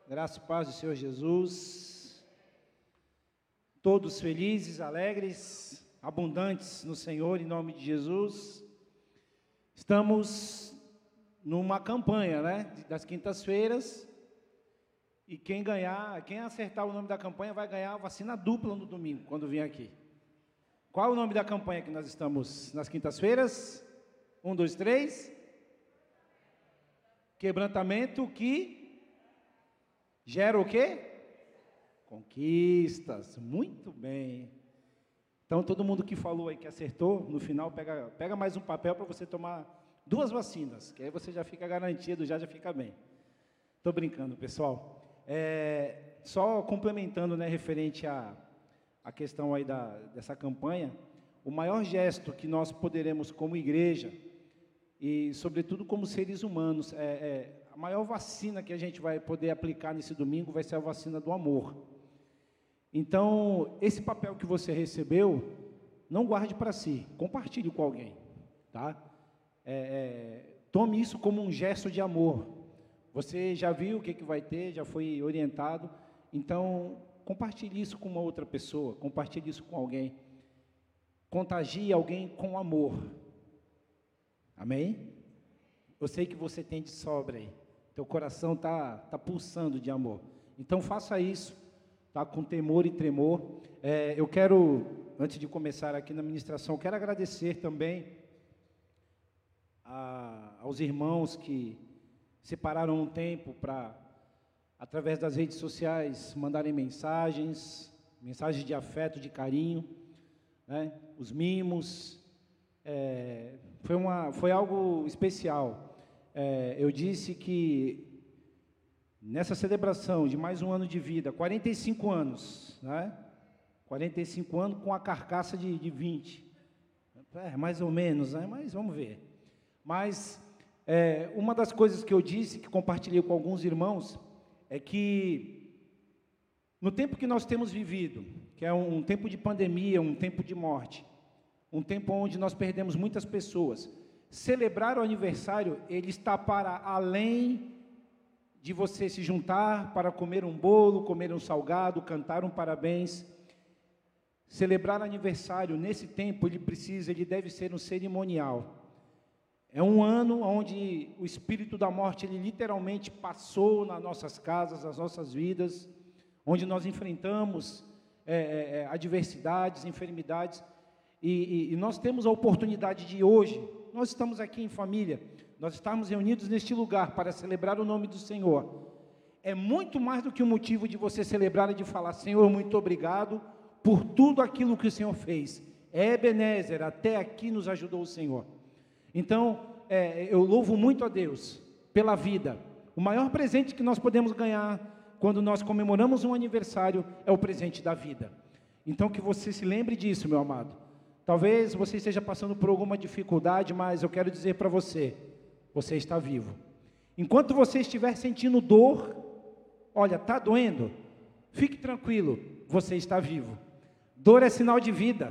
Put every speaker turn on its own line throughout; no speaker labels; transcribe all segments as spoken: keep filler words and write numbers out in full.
Graça e paz do Senhor Jesus. Todos felizes, alegres, abundantes no Senhor, em nome de Jesus. Estamos numa campanha, né, das quintas-feiras. E quem ganhar, quem acertar o nome da campanha vai ganhar a vacina dupla no domingo, quando vier aqui. Qual é o nome da campanha que nós estamos nas quintas-feiras? Um, dois, três. Quebrantamento que gera o quê? Conquistas. Muito bem. Então, todo mundo que falou aí que acertou, no final, pega, pega mais um papel para você tomar duas vacinas, que aí você já fica garantido, já, já fica bem. Estou brincando, pessoal. É, só complementando, né, referente à, à questão aí da, dessa campanha, o maior gesto que nós poderemos como igreja, e sobretudo como seres humanos, é, é, a maior vacina que a gente vai poder aplicar nesse domingo vai ser a vacina do amor. Então, esse papel que você recebeu, não guarde para si, compartilhe com alguém, tá? É, é, tome isso como um gesto de amor. Você já viu o que, que vai ter, já foi orientado, então compartilhe isso com uma outra pessoa, compartilhe isso com alguém, contagie alguém com amor, amém? Eu sei que você tem de sobra aí, teu coração está tá pulsando de amor, então faça isso, tá, com temor e tremor. É, eu quero, antes de começar aqui na ministração, quero agradecer também a, aos irmãos que separaram um tempo para, através das redes sociais, mandarem mensagens, mensagens de afeto, de carinho, né? Os mimos, é, foi, uma, foi algo especial. É, eu disse que nessa celebração de mais um ano de vida, quarenta e cinco anos, né? quarenta e cinco anos com a carcaça de, de vinte, é, mais ou menos, né? Mas vamos ver. Mas É, uma das coisas que eu disse, que compartilhei com alguns irmãos, é que no tempo que nós temos vivido, que é um, um tempo de pandemia, um tempo de morte, um tempo onde nós perdemos muitas pessoas, celebrar o aniversário, ele está para além de você se juntar para comer um bolo, comer um salgado, cantar um parabéns. Celebrar aniversário nesse tempo, ele precisa, ele deve ser um cerimonial. É um ano onde o espírito da morte, ele literalmente passou nas nossas casas, nas nossas vidas, onde nós enfrentamos é, é, adversidades, enfermidades, e, e, e nós temos a oportunidade de hoje, nós estamos aqui em família, nós estamos reunidos neste lugar para celebrar o nome do Senhor. É muito mais do que um motivo de você celebrar e de falar: Senhor, muito obrigado por tudo aquilo que o Senhor fez. É Ebenezer, até aqui nos ajudou o Senhor. Então, é, eu louvo muito a Deus pela vida. O maior presente que nós podemos ganhar quando nós comemoramos um aniversário é o presente da vida. Então, que você se lembre disso, meu amado. Talvez você esteja passando por alguma dificuldade, mas eu quero dizer para você, você está vivo. Enquanto você estiver sentindo dor, olha, está doendo, fique tranquilo, você está vivo. Dor é sinal de vida.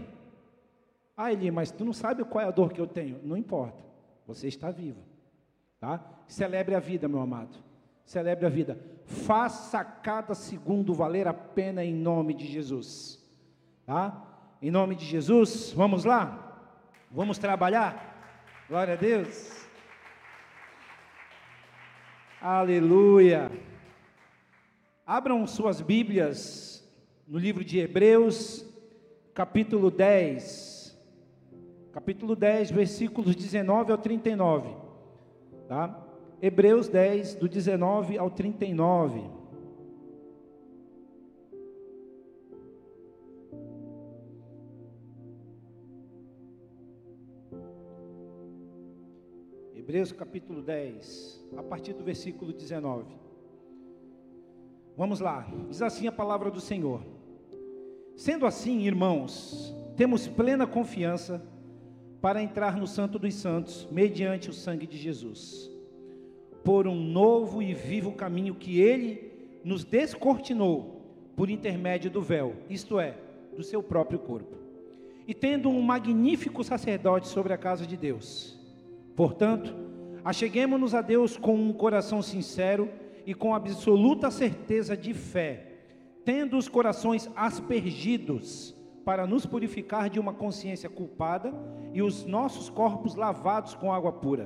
Ah, Eli, mas tu não sabe qual é a dor que eu tenho. Não importa, você está vivo, tá? Celebre a vida, meu amado, celebre a vida, faça cada segundo valer a pena em nome de Jesus, tá? Em nome de Jesus, vamos lá? Vamos trabalhar? Glória a Deus. Aleluia. Abram suas Bíblias no livro de Hebreus, capítulo dez. Capítulo dez, versículos dezenove ao trinta e nove, tá? Hebreus dez, do dezenove ao trinta e nove. Hebreus capítulo dez, a partir do versículo dezenove. Vamos lá, diz assim a palavra do Senhor: Sendo assim, irmãos, temos plena confiança para entrar no Santo dos Santos, mediante o sangue de Jesus, por um novo e vivo caminho que Ele nos descortinou, por intermédio do véu, isto é, do seu próprio corpo, e tendo um magnífico sacerdote sobre a casa de Deus. Portanto, acheguemo-nos a Deus com um coração sincero e com absoluta certeza de fé, tendo os corações aspergidos para nos purificar de uma consciência culpada e os nossos corpos lavados com água pura.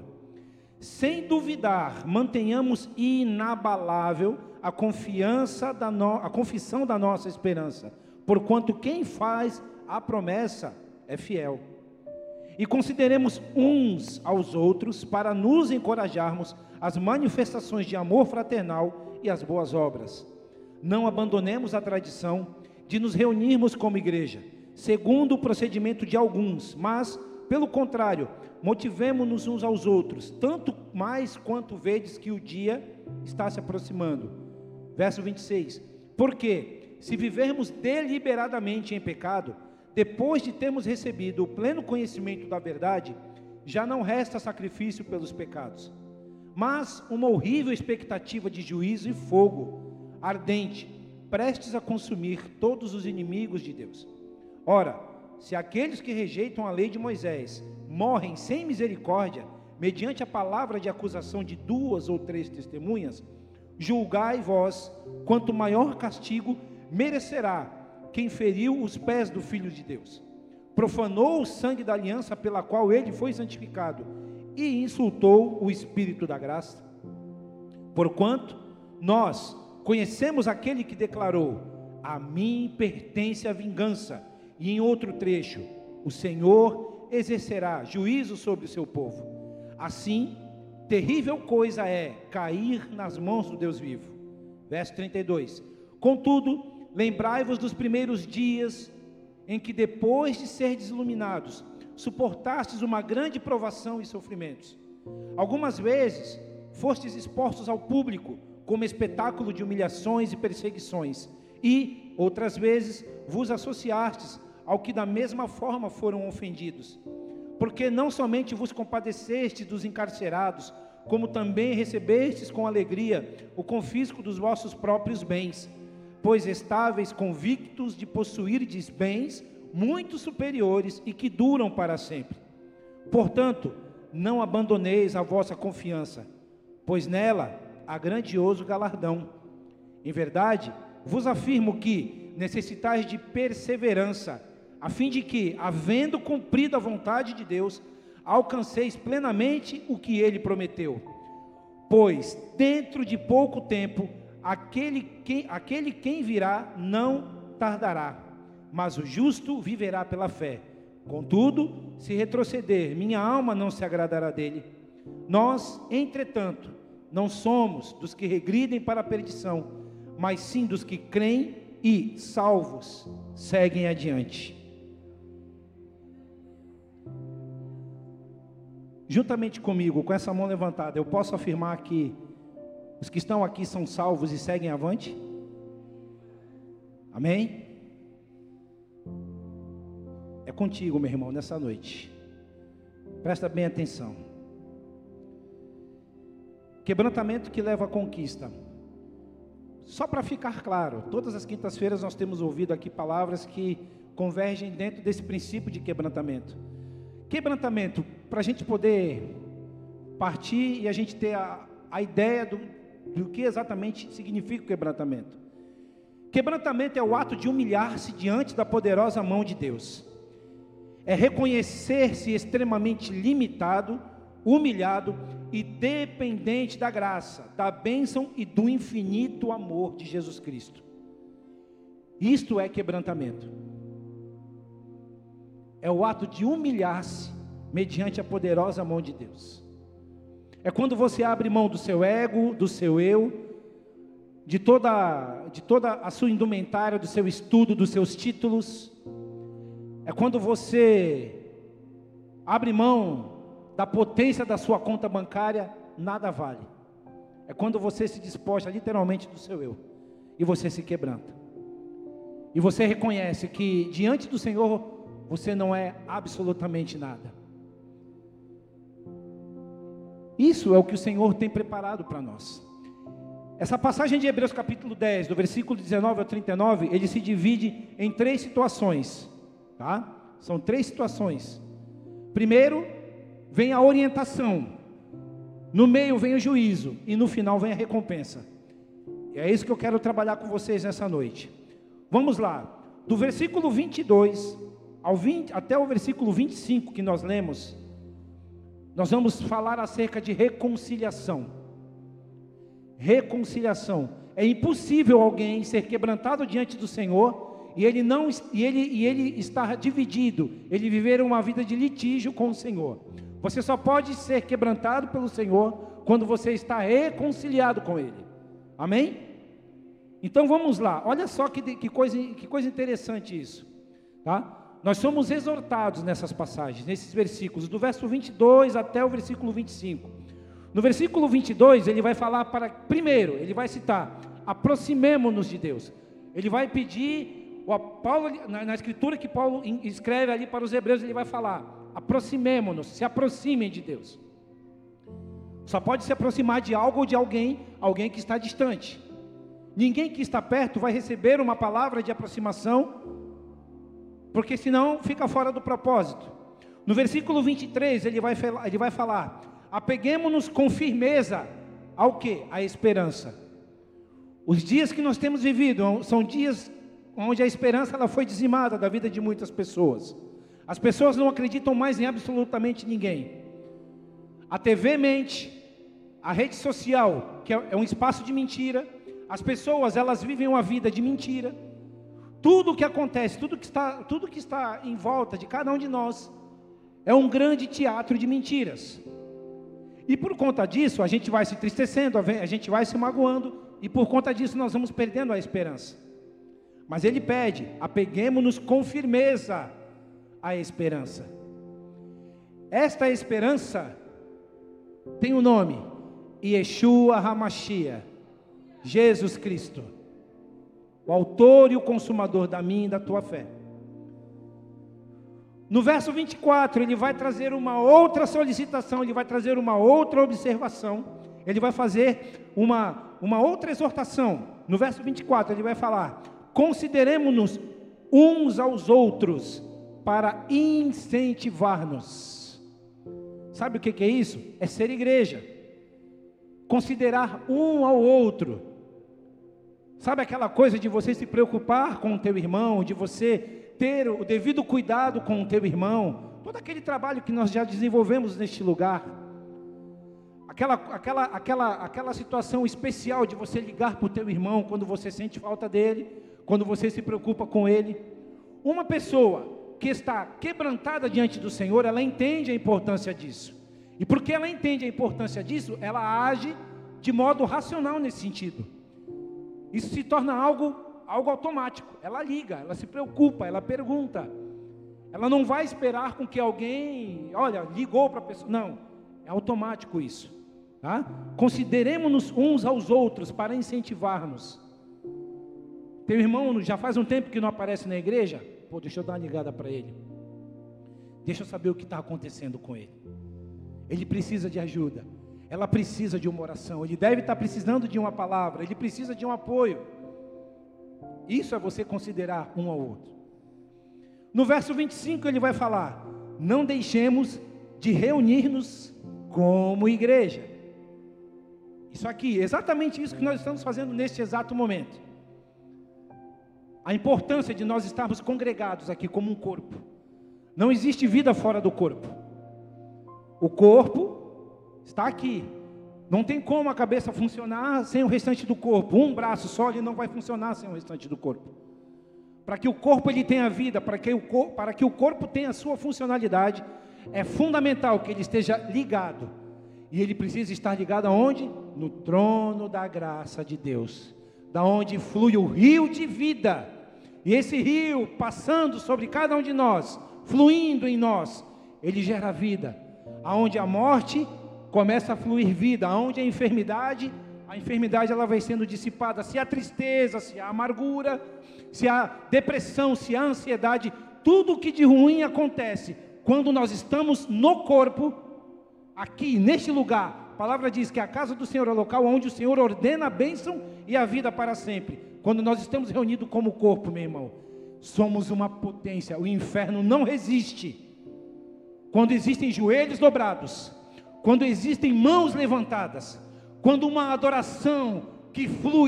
Sem duvidar, mantenhamos inabalável a confiança da no... a confissão da nossa esperança, porquanto quem faz a promessa é fiel. E consideremos uns aos outros para nos encorajarmos às manifestações de amor fraternal e às boas obras. Não abandonemos a tradição de nos reunirmos como igreja, segundo o procedimento de alguns, mas, pelo contrário, motivemo-nos uns aos outros, tanto mais quanto vedes que o dia está se aproximando. Verso vinte e seis. Porque, se vivermos deliberadamente em pecado, depois de termos recebido o pleno conhecimento da verdade, já não resta sacrifício pelos pecados, mas uma horrível expectativa de juízo e fogo ardente, prestes a consumir todos os inimigos de Deus. Ora, se aqueles que rejeitam a lei de Moisés morrem sem misericórdia, mediante a palavra de acusação de duas ou três testemunhas, julgai vós quanto maior castigo merecerá quem feriu os pés do Filho de Deus, profanou o sangue da aliança pela qual ele foi santificado e insultou o Espírito da graça. Porquanto nós conhecemos aquele que declarou: a mim pertence a vingança, e em outro trecho: o Senhor exercerá juízo sobre o seu povo. Assim, terrível coisa é cair nas mãos do Deus vivo. Verso trinta e dois. Contudo, lembrai-vos dos primeiros dias, em que depois de serdes iluminados, suportastes uma grande provação e sofrimentos. Algumas vezes, fostes expostos ao público, como espetáculo de humilhações e perseguições, e, outras vezes, vos associastes ao que da mesma forma foram ofendidos, porque não somente vos compadecestes dos encarcerados, como também recebestes com alegria o confisco dos vossos próprios bens, pois estáveis convictos de possuirdes bens muito superiores e que duram para sempre. Portanto, não abandoneis a vossa confiança, pois nela há grandioso galardão. Em verdade, vos afirmo que necessitais de perseverança, a fim de que, havendo cumprido a vontade de Deus, alcanceis plenamente o que Ele prometeu. Pois, dentro de pouco tempo, aquele quem, aquele quem virá não tardará, mas o justo viverá pela fé. Contudo, se retroceder, minha alma não se agradará dele. Nós, entretanto, não somos dos que regridem para a perdição, mas sim dos que creem e, salvos, seguem adiante. Juntamente comigo, com essa mão levantada, eu posso afirmar que os que estão aqui são salvos e seguem avante? Amém? É contigo, meu irmão, nessa noite. Presta bem atenção. Quebrantamento que leva à conquista. Só para ficar claro, todas as quintas-feiras nós temos ouvido aqui palavras que convergem dentro desse princípio de quebrantamento. Quebrantamento, para a gente poder partir e a gente ter a, a ideia do, do que exatamente significa o quebrantamento. Quebrantamento é o ato de humilhar-se diante da poderosa mão de Deus. É reconhecer-se extremamente limitado, humilhado e dependente da graça, da bênção e do infinito amor de Jesus Cristo. Isto é quebrantamento. É o ato de humilhar-se mediante a poderosa mão de Deus. É quando você abre mão do seu ego, do seu eu, de toda, de toda a sua indumentária, do seu estudo, dos seus títulos. É quando você abre mão da potência da sua conta bancária, nada vale. É quando você se despoja literalmente do seu eu, e você se quebranta. E você reconhece que diante do Senhor, você não é absolutamente nada. Isso é o que o Senhor tem preparado para nós. Essa passagem de Hebreus capítulo dez, do versículo dezenove ao trinta e nove, ele se divide em três situações, tá? São três situações. Primeiro, vem a orientação. No meio vem o juízo, e no final vem a recompensa. E é isso que eu quero trabalhar com vocês nessa noite. Vamos lá. Do versículo vinte e dois ao vinte, até o versículo vinte e cinco que nós lemos, nós vamos falar acerca de reconciliação. Reconciliação. É impossível alguém ser quebrantado diante do Senhor e ele não e ele e ele estar dividido, ele viver uma vida de litígio com o Senhor. Você só pode ser quebrantado pelo Senhor quando você está reconciliado com Ele. Amém? Então vamos lá. Olha só que, que coisa que coisa interessante isso, tá? Nós somos exortados nessas passagens, nesses versículos, do verso vinte e dois até o versículo vinte e cinco. No versículo vinte e dois, ele vai falar para, primeiro, ele vai citar, aproximemo-nos de Deus. Ele vai pedir, o Paulo, na, na escritura que Paulo escreve ali para os hebreus, ele vai falar, aproximemo-nos, se aproximem de Deus. Só pode se aproximar de algo ou de alguém, alguém que está distante. Ninguém que está perto vai receber uma palavra de aproximação, porque senão fica fora do propósito. No versículo vinte e três, ele vai, ele vai falar, apeguemo-nos com firmeza ao quê? À esperança. Os dias que nós temos vivido são dias onde a esperança ela foi dizimada da vida de muitas pessoas. As pessoas não acreditam mais em absolutamente ninguém. A T V mente, a rede social, que é um espaço de mentira, as pessoas elas vivem uma vida de mentira. Tudo o que acontece, tudo que está, tudo que está em volta de cada um de nós é um grande teatro de mentiras. E por conta disso, a gente vai se entristecendo, a gente vai se magoando, e por conta disso nós vamos perdendo a esperança. Mas ele pede, apeguemo-nos com firmeza à esperança. Esta esperança tem o um nome, Yeshua HaMashiach, Jesus Cristo, o autor e o consumador da minha e da tua fé. No verso vinte e quatro, ele vai trazer uma outra solicitação, ele vai trazer uma outra observação, ele vai fazer uma, uma outra exortação. No verso vinte e quatro, ele vai falar, consideremo-nos uns aos outros para incentivar-nos. Sabe o que, que é isso? É ser igreja, considerar um ao outro. Sabe aquela coisa de você se preocupar com o teu irmão, de você ter o devido cuidado com o teu irmão, todo aquele trabalho que nós já desenvolvemos neste lugar, aquela, aquela, aquela, aquela situação especial de você ligar para o teu irmão quando você sente falta dele, quando você se preocupa com ele. Uma pessoa que está quebrantada diante do Senhor, ela entende a importância disso, e porque ela entende a importância disso, ela age de modo racional nesse sentido. Isso se torna algo, algo automático. Ela liga, ela se preocupa, ela pergunta. Ela não vai esperar com que alguém, olha, ligou para a pessoa. Não, é automático isso, tá? Consideremos-nos uns aos outros para incentivar-nos. Teu irmão já faz um tempo que não aparece na igreja? Pô, deixa eu dar uma ligada para ele. Deixa eu saber o que está acontecendo com ele. Ele precisa de ajuda. Ela precisa de uma oração, ele deve estar precisando de uma palavra, ele precisa de um apoio. Isso é você considerar um ao outro. No verso vinte e cinco ele vai falar, não deixemos de reunir-nos como igreja. Isso aqui, exatamente isso que nós estamos fazendo neste exato momento. A importância de nós estarmos congregados aqui como um corpo. Não existe vida fora do corpo. O corpo está aqui, não tem como a cabeça funcionar sem o restante do corpo, um braço só ele não vai funcionar sem o restante do corpo. Para que o corpo ele tenha vida, para que o corpo, para que o corpo tenha a sua funcionalidade, é fundamental que ele esteja ligado, e ele precisa estar ligado aonde? No trono da graça de Deus, da onde flui o rio de vida, e esse rio passando sobre cada um de nós, fluindo em nós, ele gera vida, aonde a morte começa a fluir vida, aonde a enfermidade, a enfermidade ela vai sendo dissipada, se há tristeza, se há amargura, se há depressão, se há ansiedade, tudo o que de ruim acontece, quando nós estamos no corpo, aqui neste lugar, a palavra diz que a casa do Senhor é o local onde o Senhor ordena a bênção e a vida para sempre. Quando nós estamos reunidos como corpo, meu irmão, somos uma potência, o inferno não resiste. Quando existem joelhos dobrados, quando existem mãos levantadas, quando uma adoração que flui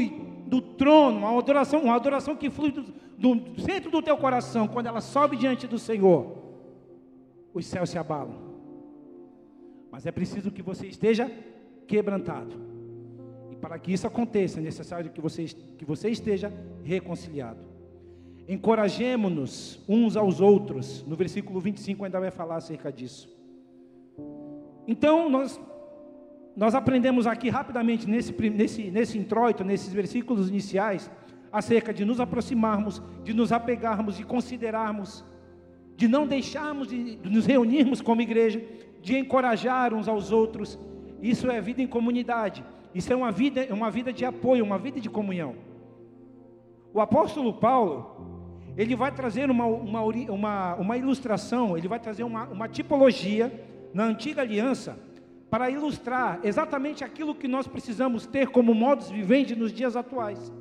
do trono, uma adoração, uma adoração que flui do, do centro do teu coração, quando ela sobe diante do Senhor, os céus se abalam. Mas é preciso que você esteja quebrantado. E para que isso aconteça, é necessário que você, que você esteja reconciliado. Encorajemo-nos uns aos outros. No versículo vinte e cinco ainda vai falar acerca disso. Então, nós, nós aprendemos aqui rapidamente, nesse, nesse, nesse introito, nesses versículos iniciais, acerca de nos aproximarmos, de nos apegarmos, de considerarmos, de não deixarmos de, de nos reunirmos como igreja, de encorajar uns aos outros. Isso é vida em comunidade, isso é uma vida, uma vida de apoio, uma vida de comunhão. O apóstolo Paulo, ele vai trazer uma, uma, uma, uma ilustração, ele vai trazer uma, uma tipologia na antiga aliança, para ilustrar exatamente aquilo que nós precisamos ter como modus vivendi nos dias atuais.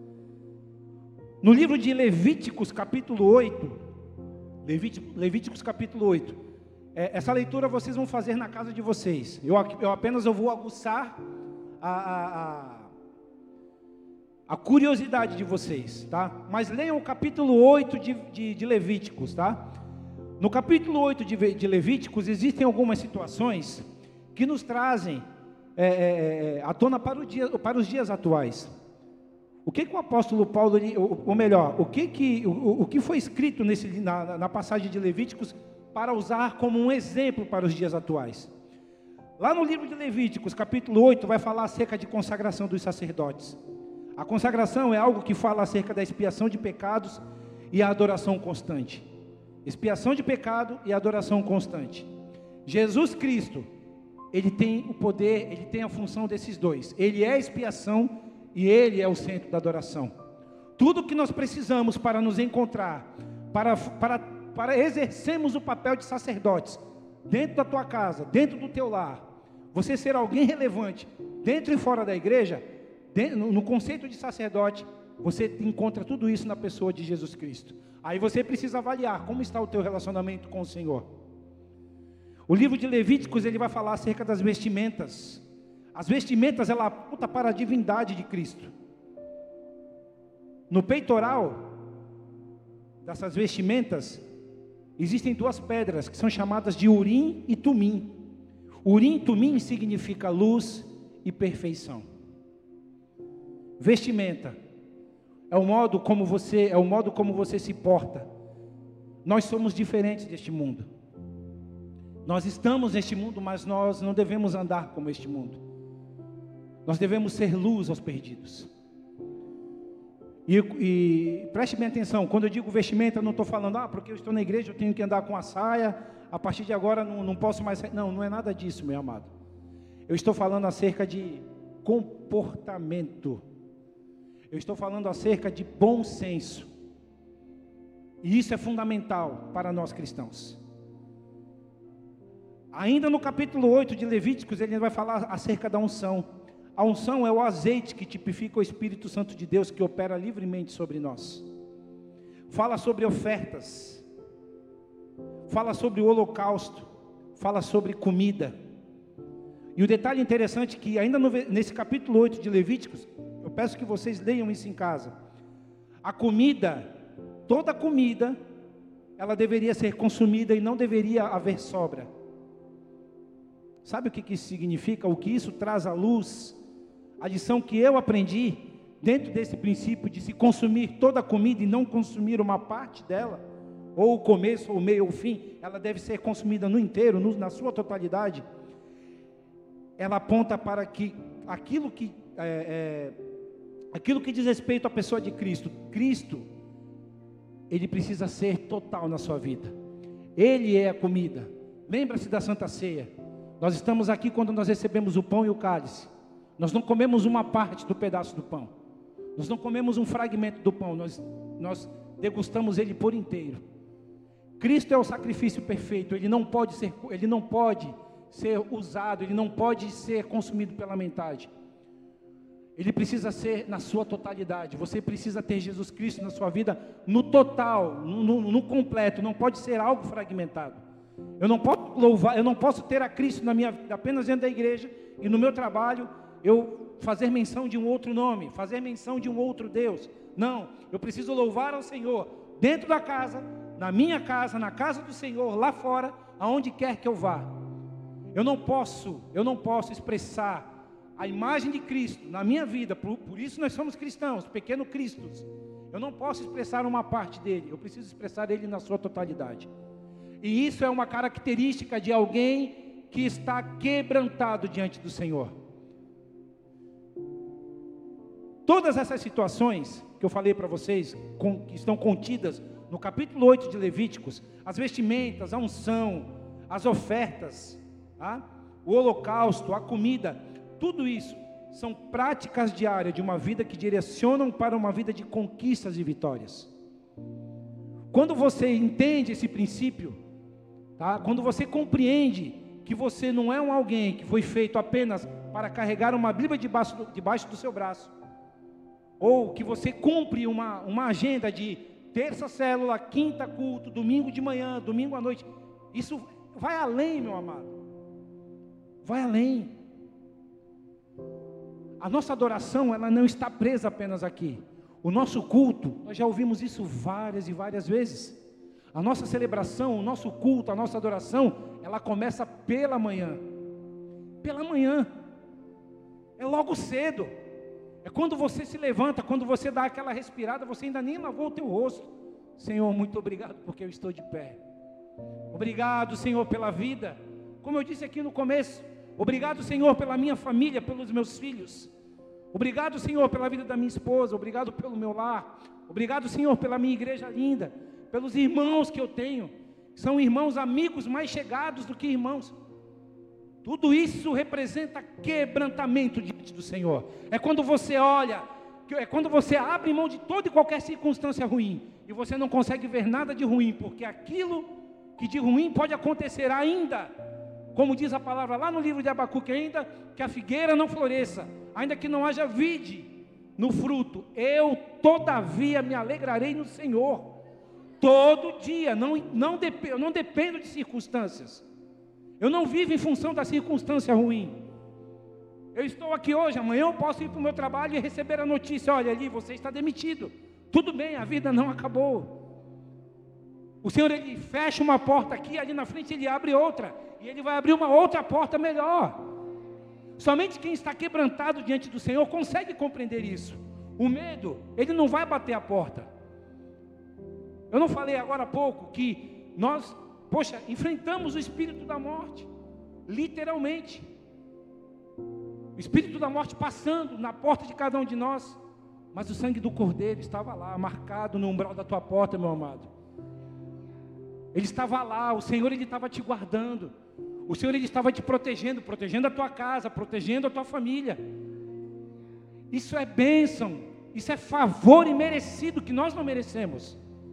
No livro de Levíticos capítulo oito, Levíticos, Levíticos capítulo oito, é, essa leitura vocês vão fazer na casa de vocês, eu, eu apenas eu vou aguçar a, a, a, a curiosidade de vocês, tá? Mas leiam o capítulo oito de, de, de Levíticos, tá? No capítulo oito de, de Levíticos, existem algumas situações que nos trazem é, é, à tona para, o dia, para os dias atuais. O que, que o apóstolo Paulo, ou melhor, o que, que, o, o que foi escrito nesse, na, na passagem de Levíticos para usar como um exemplo para os dias atuais? Lá no livro de Levíticos, capítulo oito, vai falar acerca de consagração dos sacerdotes. A consagração é algo que fala acerca da expiação de pecados e a adoração constante. Expiação de pecado e adoração constante. Jesus Cristo, Ele tem o poder, Ele tem a função desses dois. Ele é a expiação e Ele é o centro da adoração. Tudo que nós precisamos para nos encontrar, para, para, para exercermos o papel de sacerdotes, dentro da tua casa, dentro do teu lar, você ser alguém relevante, dentro e fora da igreja, dentro, no conceito de sacerdote, você encontra tudo isso na pessoa de Jesus Cristo. Aí você precisa avaliar como está o teu relacionamento com o Senhor. O livro de Levíticos, ele vai falar acerca das vestimentas. As vestimentas, ela aponta para a divindade de Cristo. No peitoral dessas vestimentas, existem duas pedras que são chamadas de Urim e Tumim. Urim e Tumim significa luz e perfeição. Vestimenta é o modo como você, é o modo como você se porta. Nós somos diferentes deste mundo. Nós estamos neste mundo, mas nós não devemos andar como este mundo. Nós devemos ser luz aos perdidos. E, e preste bem atenção, quando eu digo vestimenta, eu não estou falando, ah, porque eu estou na igreja, eu tenho que andar com a saia, a partir de agora não, não posso mais... Não, não é nada disso, meu amado. Eu estou falando acerca de comportamento. Eu estou falando acerca de bom senso. E isso é fundamental para nós cristãos. Ainda no capítulo oito de Levíticos, ele vai falar acerca da unção. A unção é o azeite que tipifica o Espírito Santo de Deus, que opera livremente sobre nós. Fala sobre ofertas. Fala sobre o holocausto. Fala sobre comida. E o detalhe interessante é que ainda no, nesse capítulo oito de Levíticos, eu peço que vocês leiam isso em casa. A comida, toda comida, ela deveria ser consumida e não deveria haver sobra. Sabe o que, que isso significa? O que isso traz à luz? A lição que eu aprendi dentro desse princípio de se consumir toda a comida e não consumir uma parte dela, ou o começo, ou o meio, ou o fim, ela deve ser consumida no inteiro, no, na sua totalidade. Ela aponta para que aquilo que, é, é, aquilo que diz respeito à pessoa de Cristo, Cristo, Ele precisa ser total na sua vida. Ele é a comida. Lembra-se da Santa Ceia. Nós estamos aqui quando nós recebemos o pão e o cálice. Nós não comemos uma parte do pedaço do pão. Nós não comemos um fragmento do pão. Nós, nós degustamos ele por inteiro. Cristo é o sacrifício perfeito. Ele não pode ser, ele não pode ser usado. Ele não pode ser consumido pela metade. Ele precisa ser na sua totalidade. Você precisa ter Jesus Cristo na sua vida no total, no, no, no completo. Não pode ser algo fragmentado. Eu não posso louvar, eu não posso ter a Cristo na minha vida apenas dentro da igreja e no meu trabalho, eu fazer menção de um outro nome, fazer menção de um outro Deus. Não, eu preciso louvar ao Senhor dentro da casa, na minha casa, na casa do Senhor, lá fora, aonde quer que eu vá. Eu não posso, eu não posso expressar a imagem de Cristo na minha vida, por, por isso nós somos cristãos, pequenos cristos. Eu não posso expressar uma parte dele, eu preciso expressar ele na sua totalidade. E isso é uma característica de alguém que está quebrantado diante do Senhor. Todas essas situações que eu falei para vocês, com, que estão contidas no capítulo oito de Levíticos, as vestimentas, a unção, as ofertas, tá? O holocausto, a comida, tudo isso são práticas diárias de uma vida que direcionam para uma vida de conquistas e vitórias. Quando você entende esse princípio, tá? Quando você compreende que você não é um alguém que foi feito apenas para carregar uma Bíblia debaixo do, debaixo do seu braço, ou que você cumpre uma, uma agenda de terça célula, quinta culto, domingo de manhã, domingo à noite, isso vai além, meu amado, vai além. A nossa adoração, ela não está presa apenas aqui. O nosso culto, nós já ouvimos isso várias e várias vezes. A nossa celebração, o nosso culto, a nossa adoração, ela começa pela manhã. Pela manhã. É logo cedo. É quando você se levanta, quando você dá aquela respirada, você ainda nem lavou o teu rosto. Senhor, muito obrigado porque eu estou de pé. Obrigado, Senhor, pela vida. Como eu disse aqui no começo, obrigado, Senhor, pela minha família, pelos meus filhos. Obrigado, Senhor, pela vida da minha esposa. Obrigado pelo meu lar. Obrigado, Senhor, pela minha igreja linda. Pelos irmãos que eu tenho. São irmãos, amigos mais chegados do que irmãos. Tudo isso representa quebrantamento diante do Senhor. É quando você olha, é quando você abre mão de toda e qualquer circunstância ruim. E você não consegue ver nada de ruim, porque aquilo que de ruim pode acontecer ainda. Como diz a palavra lá no livro de Abacuque, ainda que a figueira não floresça, ainda que não haja vide no fruto, eu todavia me alegrarei no Senhor. Todo dia, não, não dep- eu não dependo de circunstâncias. Eu não vivo em função da circunstância ruim. Eu estou aqui hoje, amanhã eu posso ir para o meu trabalho e receber a notícia, olha ali, você está demitido. Tudo bem, a vida não acabou. O Senhor, Ele fecha uma porta aqui, ali na frente Ele abre outra. E Ele vai abrir uma outra porta melhor. Somente quem está quebrantado diante do Senhor consegue compreender isso. O medo, ele não vai bater a porta. Eu não falei agora há pouco que nós, poxa, enfrentamos o espírito da morte, literalmente. O espírito da morte passando na porta de cada um de nós. Mas o sangue do Cordeiro estava lá, marcado no umbral da tua porta, meu amado. Ele estava lá, o Senhor, Ele estava te guardando. O Senhor, Ele estava te protegendo, protegendo a tua casa, protegendo a tua família. Isso é bênção, isso é favor imerecido que nós não merecemos.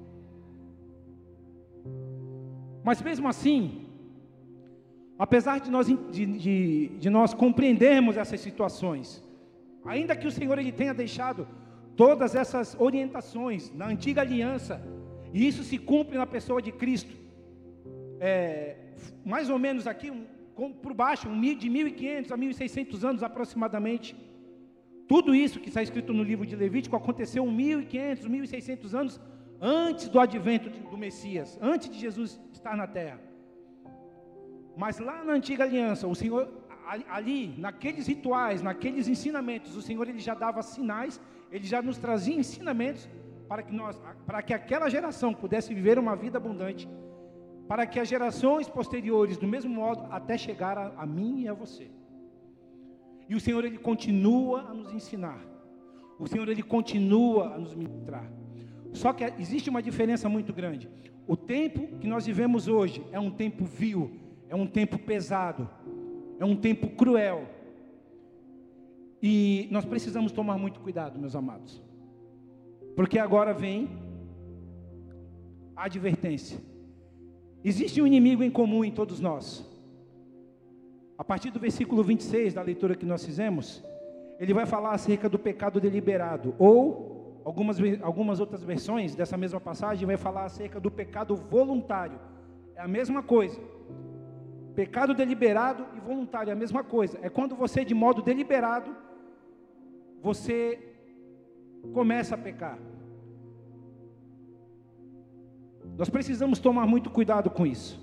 Mas mesmo assim, apesar de nós, de, de, de nós compreendermos essas situações, ainda que o Senhor, Ele tenha deixado todas essas orientações na antiga aliança, e isso se cumpre na pessoa de Cristo, é, mais ou menos aqui, um, com, por baixo, um, de mil e quinhentos a mil e seiscentos anos aproximadamente. Tudo isso que está escrito no livro de Levítico aconteceu mil e quinhentos, mil e seiscentos anos antes do advento do Messias, antes de Jesus estar na terra. Mas lá na antiga aliança, o Senhor, ali, naqueles rituais, naqueles ensinamentos, o Senhor, Ele já dava sinais, Ele já nos trazia ensinamentos para que nós, para que aquela geração pudesse viver uma vida abundante, para que as gerações posteriores, do mesmo modo, até chegar a, a mim e a você. E o Senhor, Ele continua a nos ensinar. O Senhor, Ele continua a nos ministrar. Só que existe uma diferença muito grande. O tempo que nós vivemos hoje é um tempo vil, é um tempo pesado, é um tempo cruel. E nós precisamos tomar muito cuidado, meus amados. Porque agora vem a advertência. Existe um inimigo em comum em todos nós. A partir do versículo vinte e seis da leitura que nós fizemos, ele vai falar acerca do pecado deliberado, ou algumas, algumas outras versões dessa mesma passagem vai falar acerca do pecado voluntário. É a mesma coisa. Pecado deliberado e voluntário é a mesma coisa. É quando você, de modo deliberado, você começa a pecar. Nós precisamos tomar muito cuidado com isso.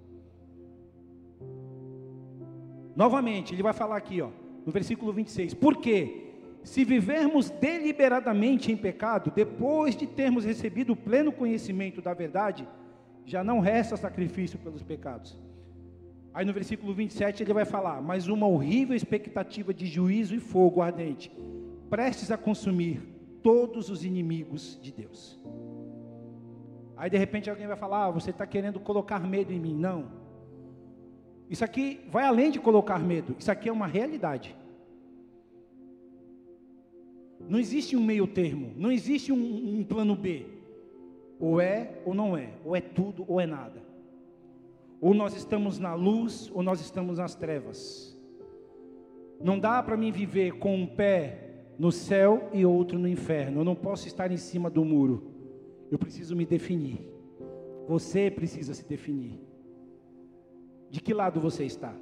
Novamente, ele vai falar aqui, ó, no versículo vinte e seis. Por quê? Se vivermos deliberadamente em pecado, depois de termos recebido o pleno conhecimento da verdade, já não resta sacrifício pelos pecados. Aí no versículo vinte e sete ele vai falar, mas uma horrível expectativa de juízo e fogo ardente, prestes a consumir todos os inimigos de Deus. Aí de repente alguém vai falar, ah, você está querendo colocar medo em mim. Não. Isso aqui vai além de colocar medo, isso aqui é uma realidade. Não existe um meio termo, não existe um, um plano B. Ou é ou não é, ou é tudo ou é nada. Ou nós estamos na luz ou nós estamos nas trevas. Não dá para mim viver com um pé no céu e outro no inferno. Eu não posso estar em cima do muro. Eu preciso me definir. Você precisa se definir. De que lado você está?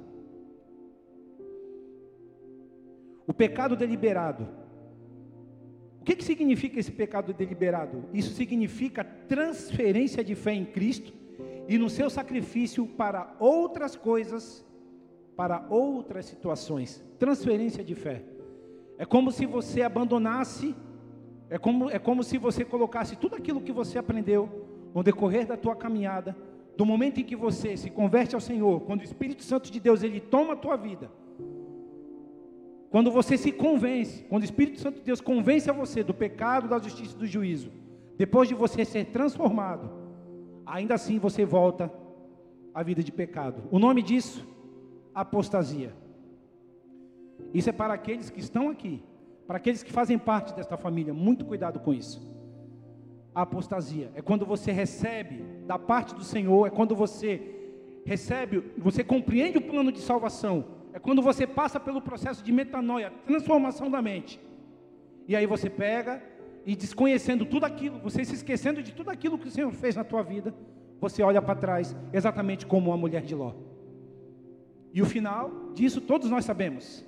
O pecado deliberado. O que, que significa esse pecado deliberado? Isso significa transferência de fé em Cristo e no seu sacrifício para outras coisas, para outras situações. Transferência de fé. É como se você abandonasse, é como, é como se você colocasse tudo aquilo que você aprendeu no decorrer da tua caminhada, do momento em que você se converte ao Senhor, quando o Espírito Santo de Deus, ele toma a tua vida, quando você se convence, quando o Espírito Santo de Deus convence a você do pecado, da justiça e do juízo, depois de você ser transformado, ainda assim você volta à vida de pecado. O nome disso, apostasia. Isso é para aqueles que estão aqui, para aqueles que fazem parte desta família, muito cuidado com isso. A apostasia é quando você recebe da parte do Senhor, é quando você recebe, você compreende o plano de salvação, é quando você passa pelo processo de metanoia, transformação da mente, e aí você pega e desconhecendo tudo aquilo, você se esquecendo de tudo aquilo que o Senhor fez na tua vida, você olha para trás, exatamente como a mulher de Ló. E o final disso todos nós sabemos.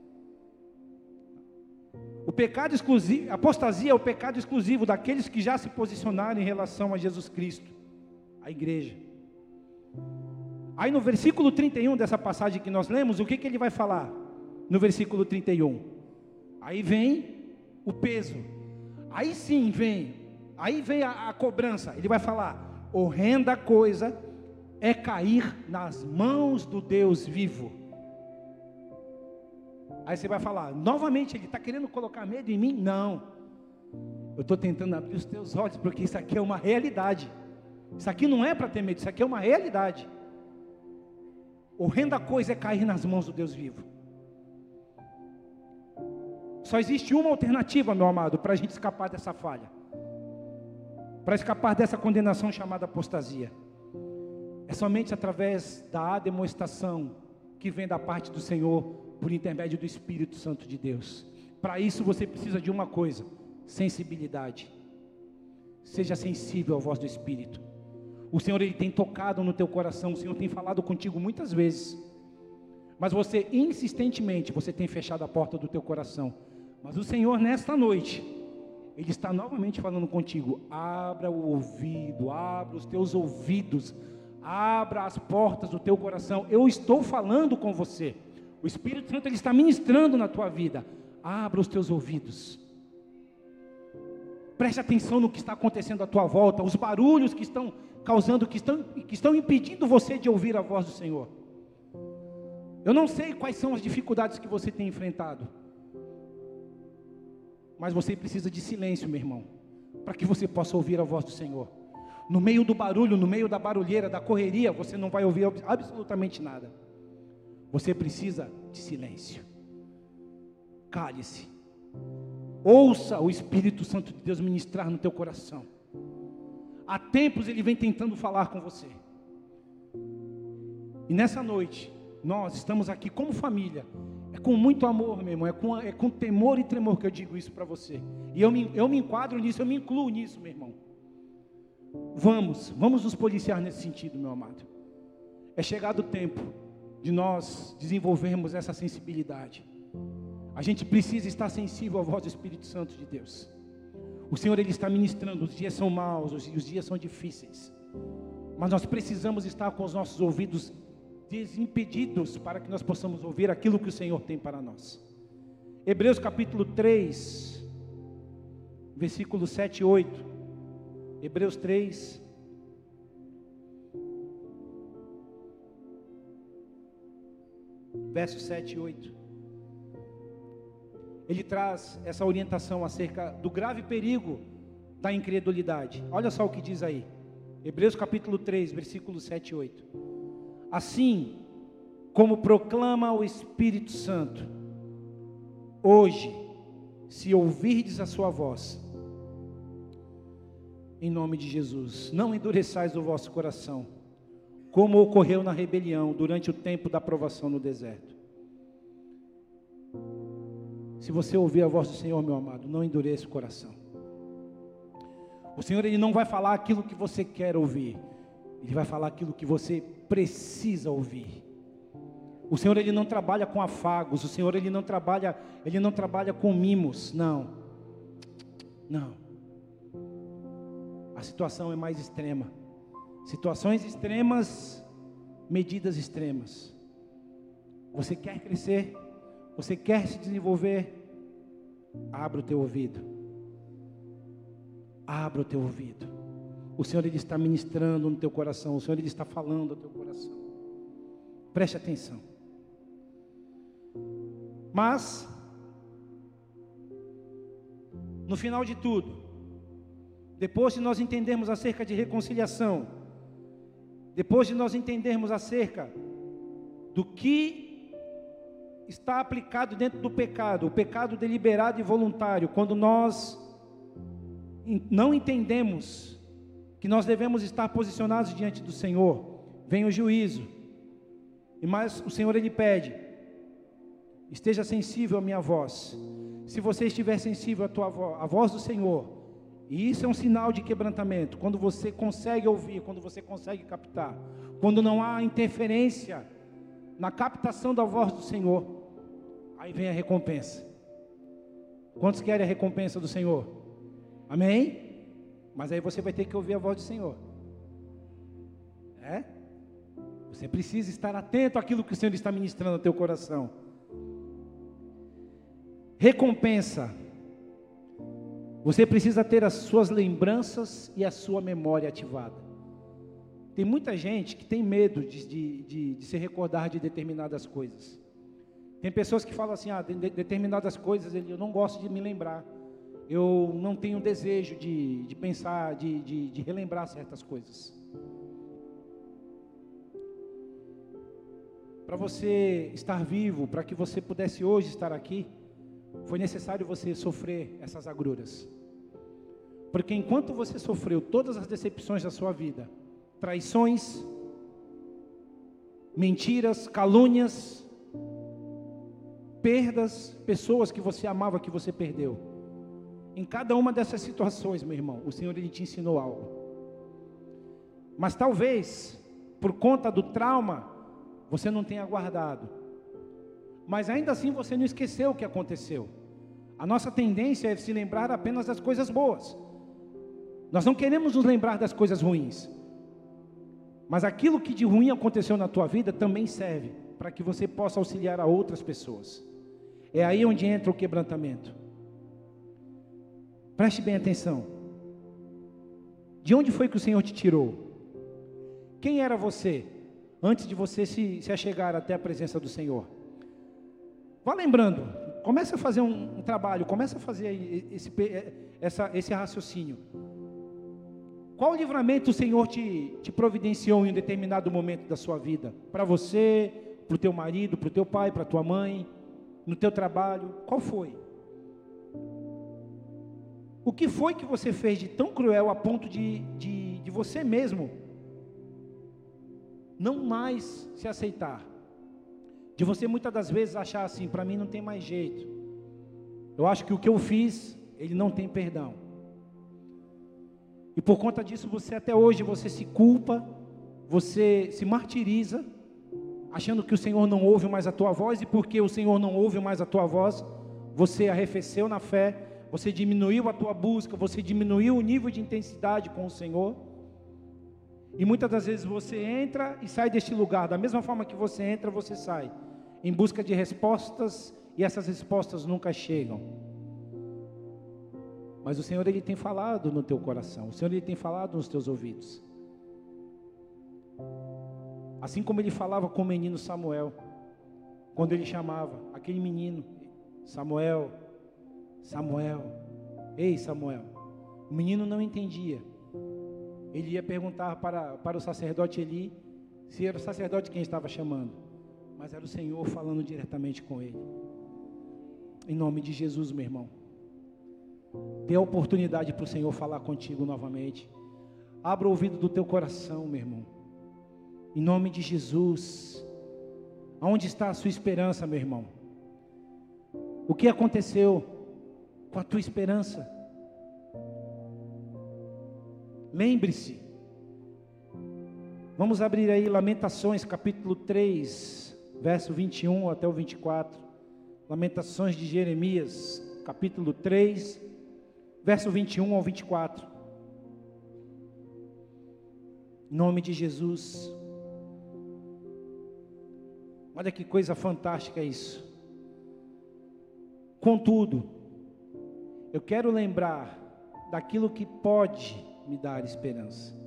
O pecado exclusivo, a apostasia é o pecado exclusivo daqueles que já se posicionaram em relação a Jesus Cristo, a igreja. Aí no versículo trinta e um dessa passagem que nós lemos, o que, que ele vai falar? No versículo trinta e um. Aí vem o peso. Aí sim vem, aí vem a, a cobrança. Ele vai falar, horrenda coisa é cair nas mãos do Deus vivo. Aí você vai falar, novamente ele está querendo colocar medo em mim? Não, eu estou tentando abrir os teus olhos, porque isso aqui é uma realidade. Isso aqui não é para ter medo, isso aqui é uma realidade. Horrenda coisa é cair nas mãos do Deus vivo. Só existe uma alternativa, meu amado, para a gente escapar dessa falha, para escapar dessa condenação chamada apostasia. É somente através da demonstração que vem da parte do Senhor, por intermédio do Espírito Santo de Deus. Para isso você precisa de uma coisa: sensibilidade. Seja sensível à voz do Espírito. O Senhor, ele tem tocado no teu coração, o Senhor tem falado contigo muitas vezes, mas você insistentemente, você tem fechado a porta do teu coração. Mas o Senhor nesta noite, ele está novamente falando contigo. Abra o ouvido, abra os teus ouvidos, abra as portas do teu coração. Eu estou falando com você. O Espírito Santo, ele está ministrando na tua vida. Abra os teus ouvidos. Preste atenção no que está acontecendo à tua volta, os barulhos que estão causando, que estão, que estão impedindo você de ouvir a voz do Senhor. Eu não sei quais são as dificuldades que você tem enfrentado, mas você precisa de silêncio, meu irmão, para que você possa ouvir a voz do Senhor. No meio do barulho, no meio da barulheira, da correria, você não vai ouvir absolutamente nada. Você precisa de silêncio. Cale-se. Ouça o Espírito Santo de Deus ministrar no teu coração. Há tempos ele vem tentando falar com você. E nessa noite, nós estamos aqui como família. É com muito amor, meu irmão. É com, é com temor e tremor que eu digo isso para você. E eu me, eu me enquadro nisso, eu me incluo nisso, meu irmão. Vamos, vamos nos policiar nesse sentido, meu amado. É chegado o tempo de nós desenvolvermos essa sensibilidade. A gente precisa estar sensível à voz do Espírito Santo de Deus. O Senhor, Ele está ministrando, os dias são maus, os, os dias são difíceis. Mas nós precisamos estar com os nossos ouvidos desimpedidos para que nós possamos ouvir aquilo que o Senhor tem para nós. Hebreus capítulo três, versículos sete e oito. Hebreus três. Versos sete e oito. Ele traz essa orientação acerca do grave perigo da incredulidade. Olha só o que diz aí. Hebreus capítulo três, versículos sete e oito. Assim como proclama o Espírito Santo, hoje, se ouvirdes a sua voz, em nome de Jesus, não endureçais o vosso coração, como ocorreu na rebelião durante o tempo da provação no deserto. Se você ouvir a voz do Senhor, meu amado, não endureça o coração. O Senhor, Ele não vai falar aquilo que você quer ouvir, Ele vai falar aquilo que você precisa ouvir. O Senhor, Ele não trabalha com afagos, o Senhor, Ele não trabalha, Ele não trabalha com mimos, não, não. A situação é mais extrema. Situações extremas, medidas extremas. Você quer crescer? Você quer se desenvolver? Abra o teu ouvido. Abra o teu ouvido. O Senhor, Ele está ministrando no teu coração. O Senhor, Ele está falando ao teu coração. Preste atenção. Mas, no final de tudo, depois de nós entendermos acerca de reconciliação, depois de nós entendermos acerca do que está aplicado dentro do pecado, o pecado deliberado e voluntário, quando nós não entendemos que nós devemos estar posicionados diante do Senhor, vem o juízo. E mais o Senhor, Ele pede: esteja sensível à minha voz. Se você estiver sensível à tua voz, à voz do Senhor, e isso é um sinal de quebrantamento, quando você consegue ouvir, quando você consegue captar, quando não há interferência na captação da voz do Senhor, aí vem a recompensa. Quantos querem a recompensa do Senhor? Amém? Mas aí você vai ter que ouvir a voz do Senhor. É? Você precisa estar atento àquilo que o Senhor está ministrando no teu coração. Recompensa. Você precisa ter as suas lembranças e a sua memória ativada. Tem muita gente que tem medo de, de, de, de se recordar de determinadas coisas. Tem pessoas que falam assim: ah, de, de determinadas coisas eu não gosto de me lembrar. Eu não tenho desejo de, de pensar, de, de, de relembrar certas coisas. Para você estar vivo, para que você pudesse hoje estar aqui, foi necessário você sofrer essas agruras. Porque enquanto você sofreu todas as decepções da sua vida, traições, mentiras, calúnias, perdas, pessoas que você amava que você perdeu, em cada uma dessas situações, meu irmão, o Senhor, Ele te ensinou algo. Mas talvez, por conta do trauma, você não tenha guardado. Mas ainda assim você não esqueceu o que aconteceu. A nossa tendência é se lembrar apenas das coisas boas. Nós não queremos nos lembrar das coisas ruins. Mas aquilo que de ruim aconteceu na tua vida também serve para que você possa auxiliar a outras pessoas. É aí onde entra o quebrantamento. Preste bem atenção. De onde foi que o Senhor te tirou? Quem era você antes de você se, se achegar até a presença do Senhor? Vá lembrando, comece a fazer um, um trabalho, comece a fazer esse, essa, esse raciocínio. Qual livramento o Senhor te, te providenciou em um determinado momento da sua vida? Para você, para o teu marido, para o teu pai, para a tua mãe, no teu trabalho, qual foi? O que foi que você fez de tão cruel a ponto de, de, de você mesmo não mais se aceitar? De você muitas das vezes achar assim: para mim não tem mais jeito. Eu acho que o que eu fiz, ele não tem perdão. E por conta disso você até hoje você se culpa, você se martiriza, achando que o Senhor não ouve mais a tua voz, e porque o Senhor não ouve mais a tua voz, você arrefeceu na fé, você diminuiu a tua busca, você diminuiu o nível de intensidade com o Senhor, e muitas das vezes você entra e sai deste lugar, da mesma forma que você entra, você sai, em busca de respostas, e essas respostas nunca chegam. Mas o Senhor, Ele tem falado no teu coração, o Senhor, Ele tem falado nos teus ouvidos, assim como Ele falava com o menino Samuel, quando Ele chamava aquele menino, Samuel, Samuel, ei Samuel, o menino não entendia, ele ia perguntar para, para o sacerdote Eli, se era o sacerdote quem estava chamando, mas era o Senhor falando diretamente com ele. Em nome de Jesus, meu irmão, dê a oportunidade para o Senhor falar contigo novamente, abra o ouvido do teu coração, meu irmão, em nome de Jesus. Aonde está a sua esperança, meu irmão? O que aconteceu com a tua esperança? Lembre-se, vamos abrir aí Lamentações capítulo três, verso vinte e um até o vinte e quatro, Lamentações de Jeremias, capítulo três, verso vinte e um ao vinte e quatro, em nome de Jesus. Olha que coisa fantástica isso. Contudo, eu quero lembrar daquilo que pode me dar esperança.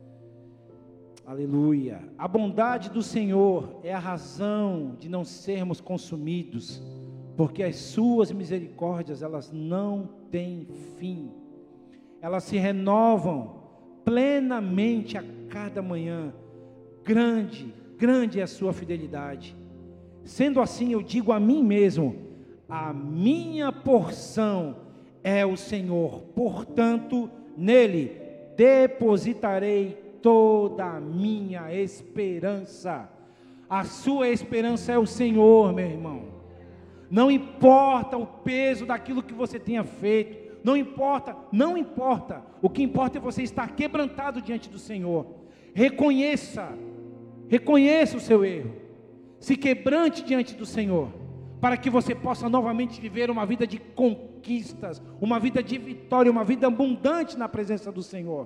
Aleluia. A bondade do Senhor é a razão de não sermos consumidos, porque as suas misericórdias, elas não têm fim. Elas se renovam plenamente a cada manhã. Grande, grande é a sua fidelidade. Sendo assim, eu digo a mim mesmo: a minha porção é o Senhor, portanto, nele depositarei toda a minha esperança. A sua esperança é o Senhor, meu irmão. Não importa o peso daquilo que você tenha feito, não importa, não importa, o que importa é você estar quebrantado diante do Senhor. Reconheça, reconheça o seu erro, se quebrante diante do Senhor, para que você possa novamente viver uma vida de conquistas, uma vida de vitória, uma vida abundante na presença do Senhor.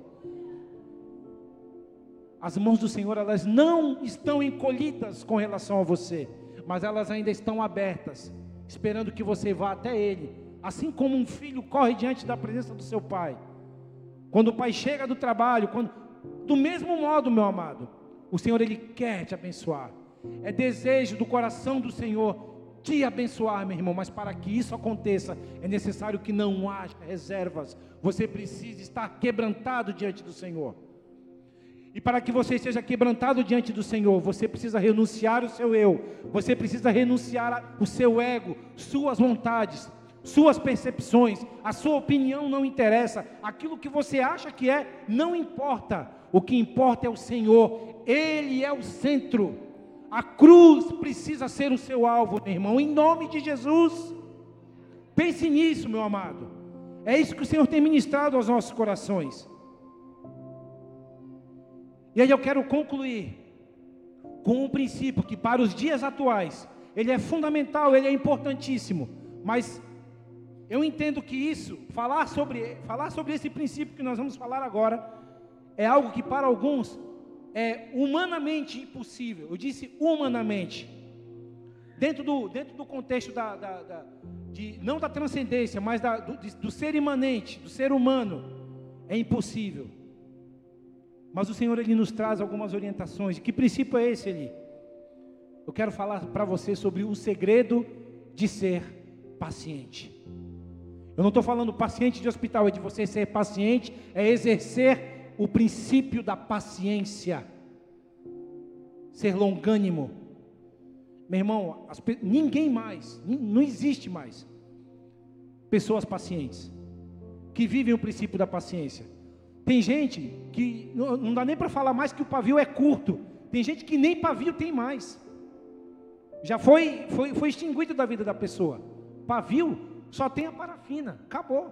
As mãos do Senhor, elas não estão encolhidas com relação a você, mas elas ainda estão abertas, esperando que você vá até Ele, assim como um filho corre diante da presença do seu pai, quando o pai chega do trabalho, quando, do mesmo modo, meu amado, o Senhor, Ele quer te abençoar, é desejo do coração do Senhor te abençoar, meu irmão, mas para que isso aconteça, é necessário que não haja reservas, você precisa estar quebrantado diante do Senhor, e para que você seja quebrantado diante do Senhor, você precisa renunciar o seu eu, você precisa renunciar o seu ego, suas vontades, suas percepções, a sua opinião não interessa, aquilo que você acha que é, não importa, o que importa é o Senhor, Ele é o centro. A cruz precisa ser o seu alvo, meu irmão, em nome de Jesus. Pense nisso, meu amado. É isso que o Senhor tem ministrado aos nossos corações. E aí eu quero concluir com um princípio que para os dias atuais, ele é fundamental, ele é importantíssimo, mas eu entendo que isso, falar sobre, falar sobre esse princípio que nós vamos falar agora, é algo que para alguns é humanamente impossível. Eu disse humanamente, dentro do, dentro do contexto da, da, da, de, não da transcendência, mas da, do, do ser imanente, do ser humano, é impossível. Mas o Senhor, Ele nos traz algumas orientações. Que princípio é esse, Eli? Eu quero falar para você sobre o segredo de ser paciente. Eu não estou falando paciente de hospital, é de você ser paciente, é exercer o princípio da paciência, ser longânimo. Meu irmão, as, ninguém mais, não existe mais pessoas pacientes, que vivem o princípio da paciência. Tem gente que, não, não dá nem para falar mais que o pavio é curto, tem gente que nem pavio tem mais, já foi, foi, foi extinguido da vida da pessoa. Pavio só tem a parafina, acabou.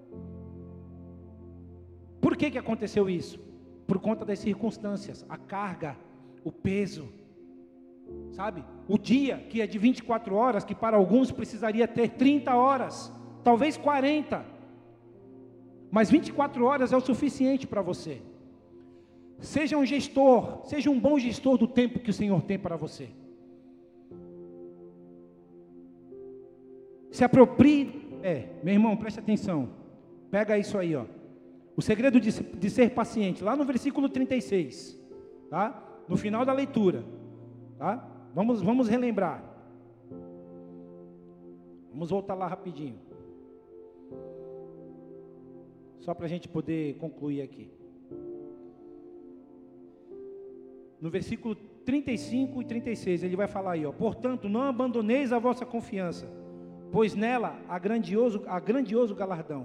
Por que que aconteceu isso? Por conta das circunstâncias, a carga, o peso. Sabe? O dia que é de vinte e quatro horas, que para alguns precisaria ter trinta horas, talvez quarenta. Mas vinte e quatro horas é o suficiente para você. Seja um gestor, seja um bom gestor do tempo que o Senhor tem para você. Se aproprie, é, meu irmão, preste atenção. Pega isso aí, ó. O segredo de, de ser paciente, lá no versículo trinta e seis, tá? No final da leitura, tá? Vamos, vamos relembrar. Vamos voltar lá rapidinho. Só para a gente poder concluir aqui. No versículo trinta e cinco e trinta e seis, ele vai falar aí, ó. Portanto, não abandoneis a vossa confiança, pois nela há grandioso, há grandioso galardão.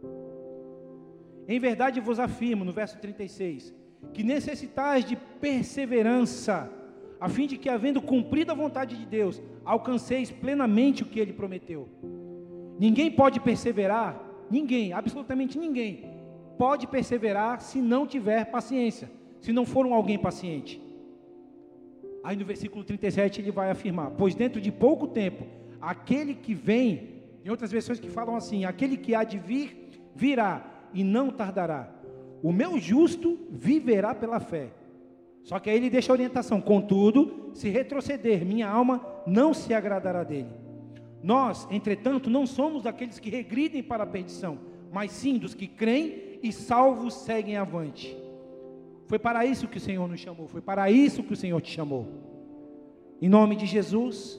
Em verdade vos afirmo, no verso trinta e seis, que necessitais de perseverança, a fim de que, havendo cumprido a vontade de Deus, alcanceis plenamente o que Ele prometeu. Ninguém pode perseverar, ninguém, absolutamente ninguém, pode perseverar se não tiver paciência, se não for um alguém paciente. Aí no versículo trinta e sete ele vai afirmar, pois dentro de pouco tempo, aquele que vem, em outras versões que falam assim, aquele que há de vir, virá e não tardará. O meu justo viverá pela fé. Só que aí ele deixa a orientação, contudo, se retroceder, minha alma não se agradará dele. Nós, entretanto, não somos daqueles que regridem para a perdição, mas sim dos que creem e salvos seguem avante. Foi para isso que o Senhor nos chamou, foi para isso que o Senhor te chamou. Em nome de Jesus,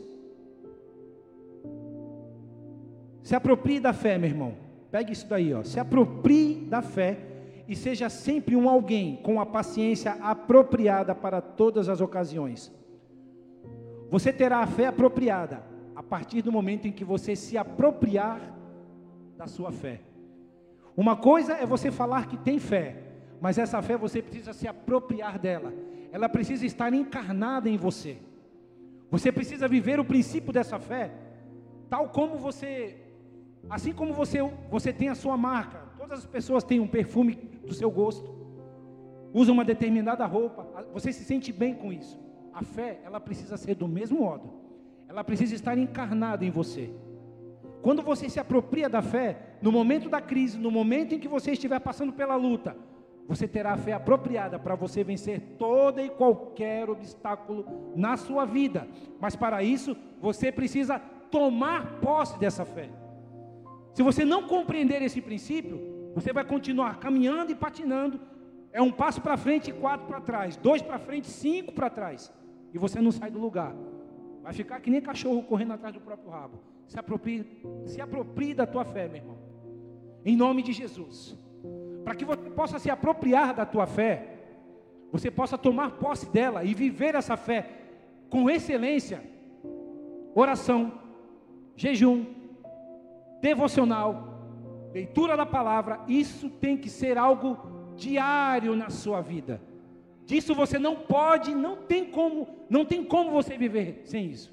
se aproprie da fé, meu irmão. Pegue isso daí, ó. Se aproprie da fé e seja sempre um alguém com a paciência apropriada para todas as ocasiões. Você terá a fé apropriada a partir do momento em que você se apropriar da sua fé. Uma coisa é você falar que tem fé, mas essa fé você precisa se apropriar dela. Ela precisa estar encarnada em você. Você precisa viver o princípio dessa fé, tal como você, assim como você, você tem a sua marca. Todas as pessoas têm um perfume do seu gosto, usam uma determinada roupa, você se sente bem com isso. A fé, ela precisa ser do mesmo modo, ela precisa estar encarnada em você. Quando você se apropria da fé, no momento da crise, no momento em que você estiver passando pela luta, você terá a fé apropriada para você vencer todo e qualquer obstáculo na sua vida. Mas para isso, você precisa tomar posse dessa fé. Se você não compreender esse princípio, você vai continuar caminhando e patinando. É um passo para frente e quatro para trás, dois para frente, cinco para trás, e você não sai do lugar. Vai ficar que nem cachorro correndo atrás do próprio rabo. Se aproprie, se aproprie da tua fé, meu irmão, em nome de Jesus. Para que você possa se apropriar da tua fé, você possa tomar posse dela e viver essa fé com excelência. Oração, jejum, devocional, leitura da palavra, isso tem que ser algo diário na sua vida. Disso você não pode, não tem como, não tem como você viver sem isso.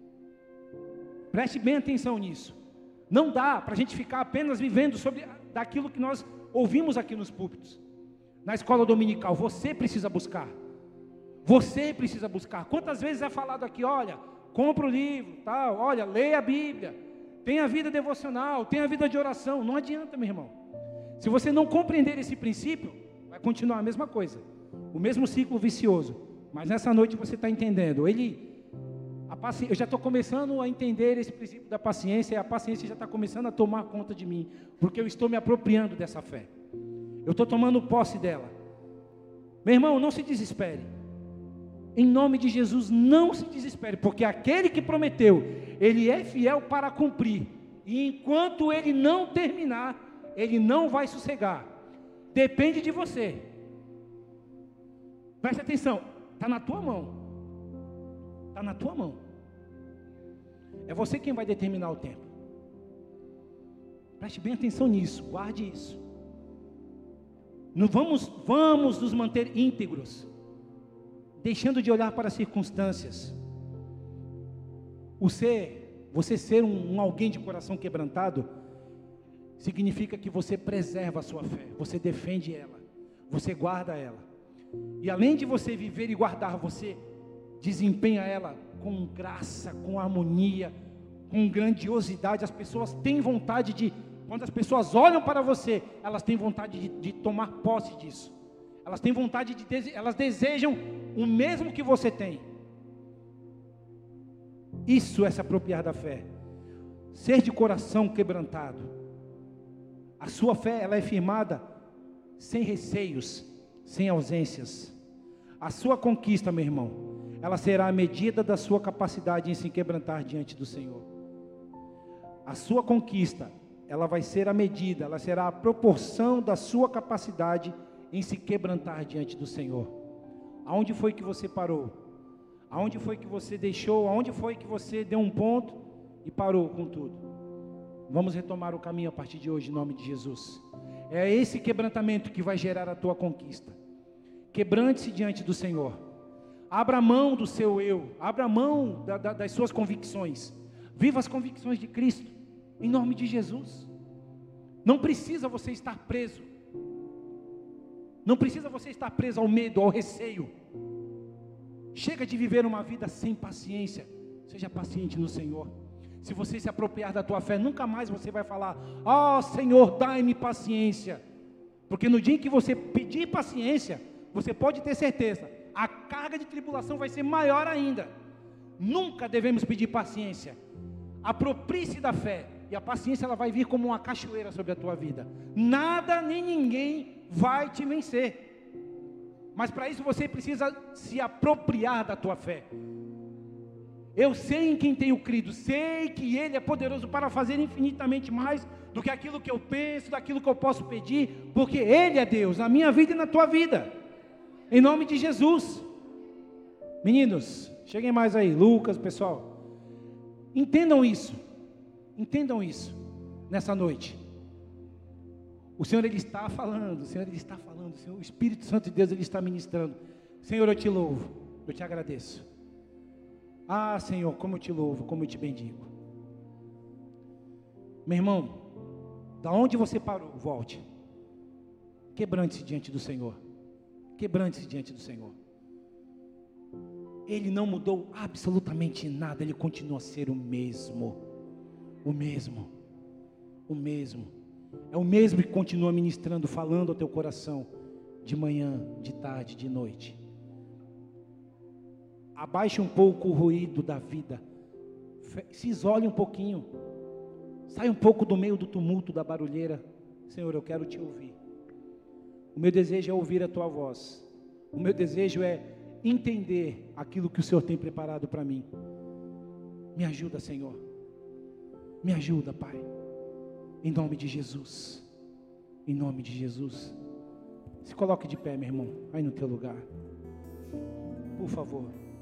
Preste bem atenção nisso. Não dá para a gente ficar apenas vivendo sobre daquilo que nós ouvimos aqui nos púlpitos, na escola dominical. Você precisa buscar. Você precisa buscar. Quantas vezes é falado aqui, olha, compra o livro, tal, olha, leia a Bíblia, tenha a vida devocional, tenha a vida de oração. Não adianta, meu irmão. Se você não compreender esse princípio, vai continuar a mesma coisa, o mesmo ciclo vicioso. Mas nessa noite você está entendendo. Ele, a paci... Eu já estou começando a entender esse princípio da paciência, e a paciência já está começando a tomar conta de mim, porque eu estou me apropriando dessa fé. Eu estou tomando posse dela. Meu irmão, não se desespere. Em nome de Jesus, não se desespere, porque aquele que prometeu, Ele é fiel para cumprir. E enquanto Ele não terminar, Ele não vai sossegar. Depende de você. Preste atenção, está na tua mão. Está na tua mão. É você quem vai determinar o tempo. Preste bem atenção nisso, guarde isso. Não vamos, vamos nos manter íntegros, deixando de olhar para as circunstâncias. O ser, você ser um, um alguém de coração quebrantado, significa que você preserva a sua fé, você defende ela, você guarda ela. E além de você viver e guardar, você desempenha ela com graça, com harmonia, com grandiosidade. As pessoas têm vontade de, quando as pessoas olham para você, elas têm vontade de, de tomar posse disso. Elas têm vontade de, elas desejam o mesmo que você tem. Isso é se apropriar da fé. Ser de coração quebrantado. A sua fé, ela é firmada sem receios, sem ausências. A sua conquista, meu irmão, ela será a medida da sua capacidade em se quebrantar diante do Senhor. A sua conquista, ela vai ser a medida, ela será a proporção da sua capacidade em se quebrantar diante do Senhor. Aonde foi que você parou? Aonde foi que você deixou? Aonde foi que você deu um ponto e parou com tudo? Vamos retomar o caminho a partir de hoje, em nome de Jesus. É esse quebrantamento que vai gerar a tua conquista. Quebrante-se diante do Senhor. Abra mão do seu eu, abra mão da, da, das suas convicções. Viva as convicções de Cristo, em nome de Jesus. Não precisa você estar preso. Não precisa você estar preso ao medo, ao receio. Chega de viver uma vida sem paciência. Seja paciente no Senhor. Se você se apropriar da tua fé, nunca mais você vai falar: ó Senhor, dai-me paciência. Porque no dia em que você pedir paciência, você pode ter certeza, a carga de tribulação vai ser maior ainda. Nunca devemos pedir paciência. Aproprie-se da fé, e a paciência ela vai vir como uma cachoeira sobre a tua vida. Nada nem ninguém vai te vencer. Mas para isso você precisa se apropriar da tua fé. Eu sei em quem tenho crido, sei que Ele é poderoso para fazer infinitamente mais do que aquilo que eu penso, daquilo que eu posso pedir, porque Ele é Deus, na minha vida e na tua vida, em nome de Jesus. Meninos, cheguem mais aí, Lucas, pessoal, entendam isso, entendam isso, nessa noite. O Senhor, Ele está falando, o Senhor, Ele está falando, o Senhor, o Espírito Santo de Deus, Ele está ministrando. Senhor, eu te louvo, eu te agradeço. Ah, Senhor, como eu te louvo, como eu te bendigo. Meu irmão, da onde você parou, volte. Quebrante-se diante do Senhor. Quebrante-se diante do Senhor. Ele não mudou absolutamente nada, Ele continua a ser o mesmo. O mesmo. O mesmo. É o mesmo que continua ministrando, falando ao teu coração, de manhã, de tarde, de noite. Abaixe um pouco o ruído da vida, se isole um pouquinho, sai um pouco do meio do tumulto, da barulheira. Senhor, eu quero te ouvir. O meu desejo é ouvir a tua voz. O meu desejo é entender aquilo que o Senhor tem preparado para mim. Me ajuda, Senhor. Me ajuda, Pai. Em nome de Jesus. Em nome de Jesus. Se coloque de pé, meu irmão, aí no teu lugar. Por favor.